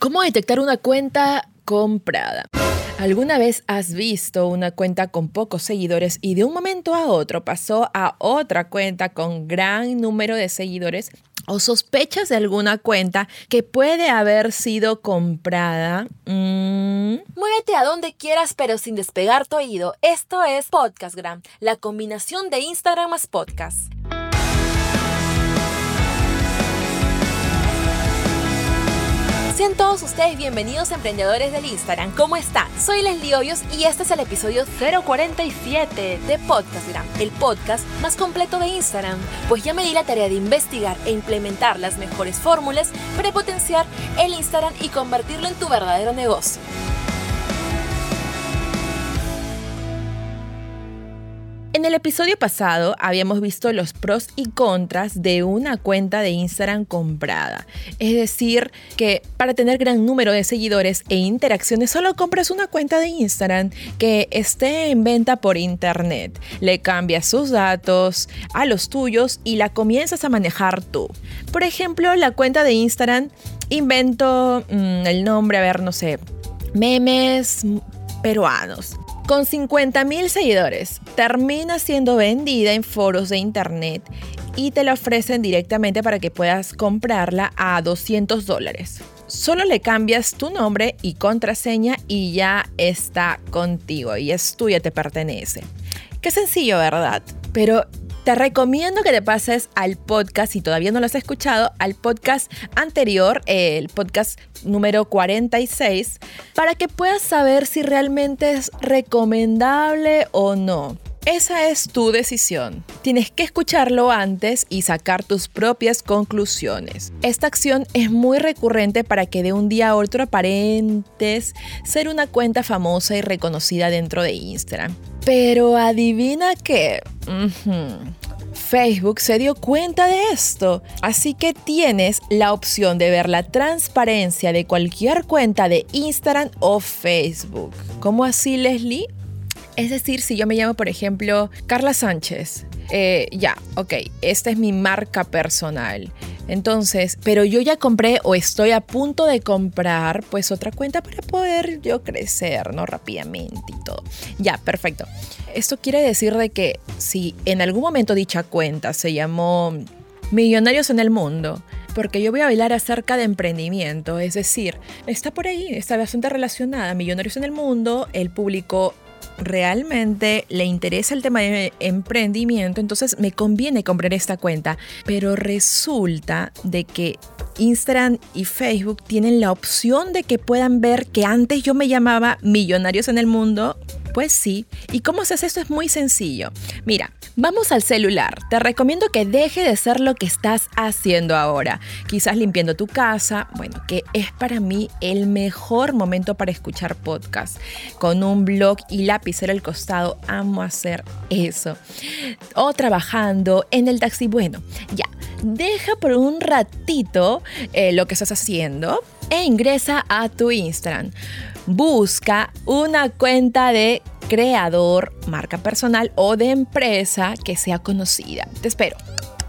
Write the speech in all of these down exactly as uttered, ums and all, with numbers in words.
¿Cómo detectar una cuenta comprada? ¿Alguna vez has visto una cuenta con pocos seguidores y de un momento a otro pasó a otra cuenta con gran número de seguidores? ¿O sospechas de alguna cuenta que puede haber sido comprada? Mm. Muévete a donde quieras pero sin despegar tu oído. Esto es Podcastgram, la combinación de Instagram más podcast. Sean todos ustedes bienvenidos a Emprendedores del Instagram. ¿Cómo están? Soy Leslie Hoyos y este es el episodio cero cuarenta y siete de Podcastgram, el podcast más completo de Instagram. Pues ya me di la tarea de investigar e implementar las mejores fórmulas para potenciar el Instagram y convertirlo en tu verdadero negocio. En el episodio pasado habíamos visto los pros y contras de una cuenta de Instagram comprada. Es decir, que para tener gran número de seguidores e interacciones solo compras una cuenta de Instagram que esté en venta por internet. Le cambias sus datos a los tuyos y la comienzas a manejar tú. Por ejemplo, la cuenta de Instagram, invento mmm, el nombre, a ver, no sé, memes peruanos. Con cincuenta mil seguidores, termina siendo vendida en foros de internet y te la ofrecen directamente para que puedas comprarla a doscientos dólares. Solo le cambias tu nombre y contraseña y ya está contigo y es tuya, te pertenece. Qué sencillo, ¿verdad? Pero te recomiendo que te pases al podcast, si todavía no lo has escuchado, al podcast anterior, el podcast número cuarenta y seis, para que puedas saber si realmente es recomendable o no. Esa es tu decisión. Tienes que escucharlo antes y sacar tus propias conclusiones. Esta acción es muy recurrente para que de un día a otro aparentes ser una cuenta famosa y reconocida dentro de Instagram. Pero ¿adivina qué? Uh-huh. Facebook se dio cuenta de esto, así que tienes la opción de ver la transparencia de cualquier cuenta de Instagram o Facebook. ¿Cómo así, Leslie? Es decir, si yo me llamo, por ejemplo, Carla Sánchez, eh, ya, ok, esta es mi marca personal. Entonces, pero yo ya compré o estoy a punto de comprar, pues otra cuenta para poder yo crecer, ¿no? Rápidamente y todo. Ya, perfecto. Esto quiere decir de que si en algún momento dicha cuenta se llamó Millonarios en el Mundo, porque yo voy a hablar acerca de emprendimiento, es decir, está por ahí, está bastante relacionada. Millonarios en el Mundo, el público realmente le interesa el tema de emprendimiento, entonces me conviene comprar esta cuenta. Pero resulta de que Instagram y Facebook tienen la opción de que puedan ver que antes yo me llamaba Millonarios en el Mundo. Pues sí. ¿Y cómo se hace esto? Es muy sencillo. Mira, vamos al celular. Te recomiendo que deje de ser lo que estás haciendo ahora. Quizás limpiando tu casa. Bueno, que es para mí el mejor momento para escuchar podcast. Con un blog y lapicero al costado. Amo hacer eso. O trabajando en el taxi. Bueno, ya. Deja por un ratito eh, lo que estás haciendo e ingresa a tu Instagram. Busca una cuenta de creador, marca personal o de empresa que sea conocida. Te espero.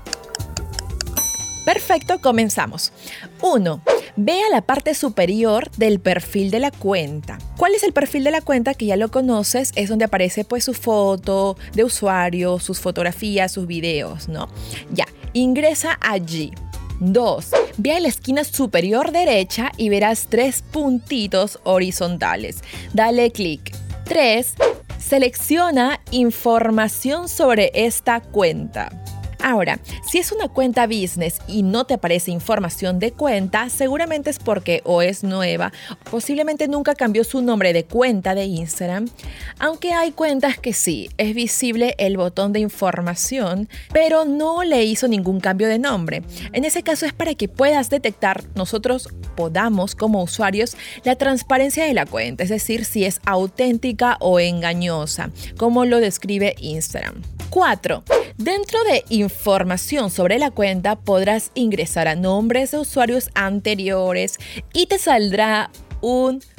Perfecto, comenzamos. uno. Ve a la parte superior del perfil de la cuenta. ¿Cuál es el perfil de la cuenta? Que ya lo conoces, es donde aparece pues su foto de usuario, sus fotografías, sus videos, ¿no? Ya, ingresa allí. dos. Ve a la esquina superior derecha y verás tres puntitos horizontales. Dale clic. tres. Selecciona información sobre esta cuenta. Ahora, si es una cuenta business y no te aparece información de cuenta, seguramente es porque o es nueva, posiblemente nunca cambió su nombre de cuenta de Instagram, aunque hay cuentas que sí, es visible el botón de información, pero no le hizo ningún cambio de nombre. En ese caso es para que puedas detectar, nosotros podamos como usuarios, la transparencia de la cuenta, es decir, si es auténtica o engañosa, como lo describe Instagram. cuatro. Dentro de información sobre la cuenta podrás ingresar a nombres de usuarios anteriores y te saldrá un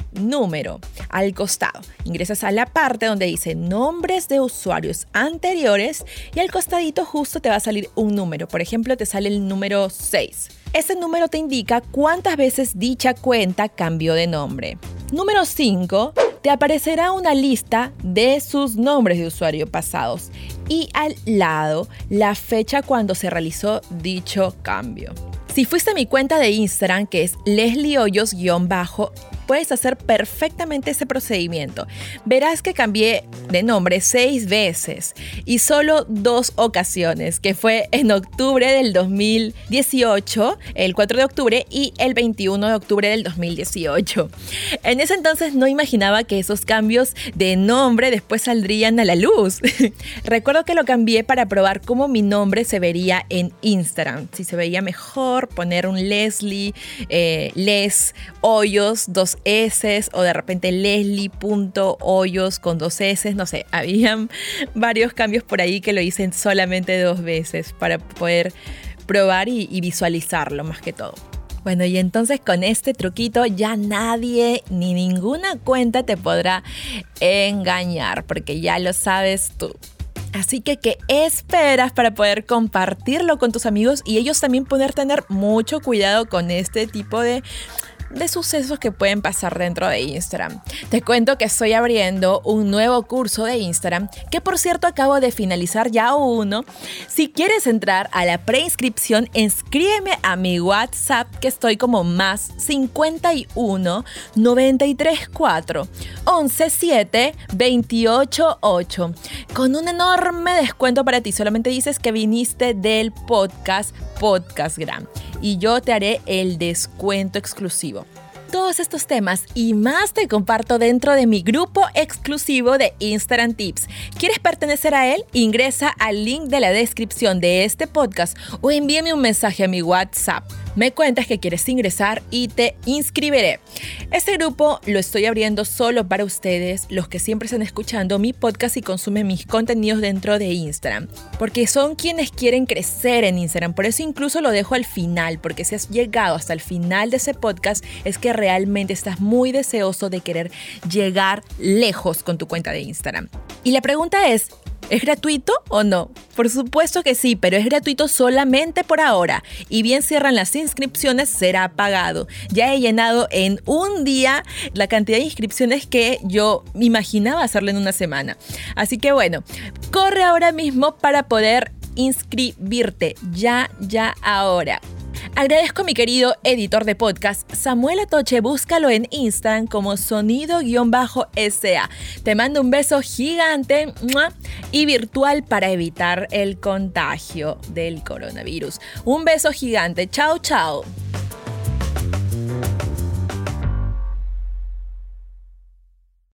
número al costado. Ingresas a la parte donde dice nombres de usuarios anteriores y al costadito justo te va a salir un número. Por ejemplo, te sale el número seis. Ese número te indica cuántas veces dicha cuenta cambió de nombre. Número cinco, te aparecerá una lista de sus nombres de usuario pasados y al lado la fecha cuando se realizó dicho cambio. Si fuiste a mi cuenta de Instagram, que es Leslie Hoyos-bajo, puedes hacer perfectamente ese procedimiento. Verás que cambié de nombre seis veces y solo dos ocasiones, que fue en octubre del dos mil dieciocho, el cuatro de octubre, y el veintiuno de octubre del dos mil dieciocho. En ese entonces no imaginaba que esos cambios de nombre después saldrían a la luz. Recuerdo que lo cambié para probar cómo mi nombre se vería en Instagram. Si se veía mejor poner un Leslie, eh, Les Hoyos, dos S, o de repente Leslie.hoyos con dos S, no sé, habían varios cambios por ahí que lo hice solamente dos veces para poder probar y, y visualizarlo más que todo. Bueno, y entonces con este truquito ya nadie ni ninguna cuenta te podrá engañar, porque ya lo sabes tú. Así que, ¿qué esperas para poder compartirlo con tus amigos y ellos también poder tener mucho cuidado con este tipo de... de sucesos que pueden pasar dentro de Instagram? Te cuento que estoy abriendo un nuevo curso de Instagram, que por cierto acabo de finalizar ya uno. Si quieres entrar a la preinscripción, inscríbeme a mi WhatsApp, que estoy como más cincuenta y uno, noventa y tres, cuatro, once, siete, veintiocho, ocho, con un enorme descuento para ti. Solamente dices que viniste del podcast Podcastgram y yo te haré el descuento exclusivo. Todos estos temas y más te comparto dentro de mi grupo exclusivo de Instagram Tips. ¿Quieres pertenecer a él? Ingresa al link de la descripción de este podcast o envíame un mensaje a mi WhatsApp. Me cuentas que quieres ingresar y te inscribiré. Este grupo lo estoy abriendo solo para ustedes, los que siempre están escuchando mi podcast y consumen mis contenidos dentro de Instagram, porque son quienes quieren crecer en Instagram. Por eso incluso lo dejo al final, porque si has llegado hasta el final de ese podcast es que realmente estás muy deseoso de querer llegar lejos con tu cuenta de Instagram. Y la pregunta es, ¿es gratuito o no? Por supuesto que sí, pero es gratuito solamente por ahora. Y bien cierran las inscripciones, será pagado. Ya he llenado en un día la cantidad de inscripciones que yo imaginaba hacerlo en una semana. Así que bueno, corre ahora mismo para poder inscribirte. Ya, ya, ahora. Agradezco a mi querido editor de podcast, Samuel Atoche. Búscalo en Instagram como sonido-S A. Te mando un beso gigante y virtual para evitar el contagio del coronavirus. Un beso gigante. Chao, chao.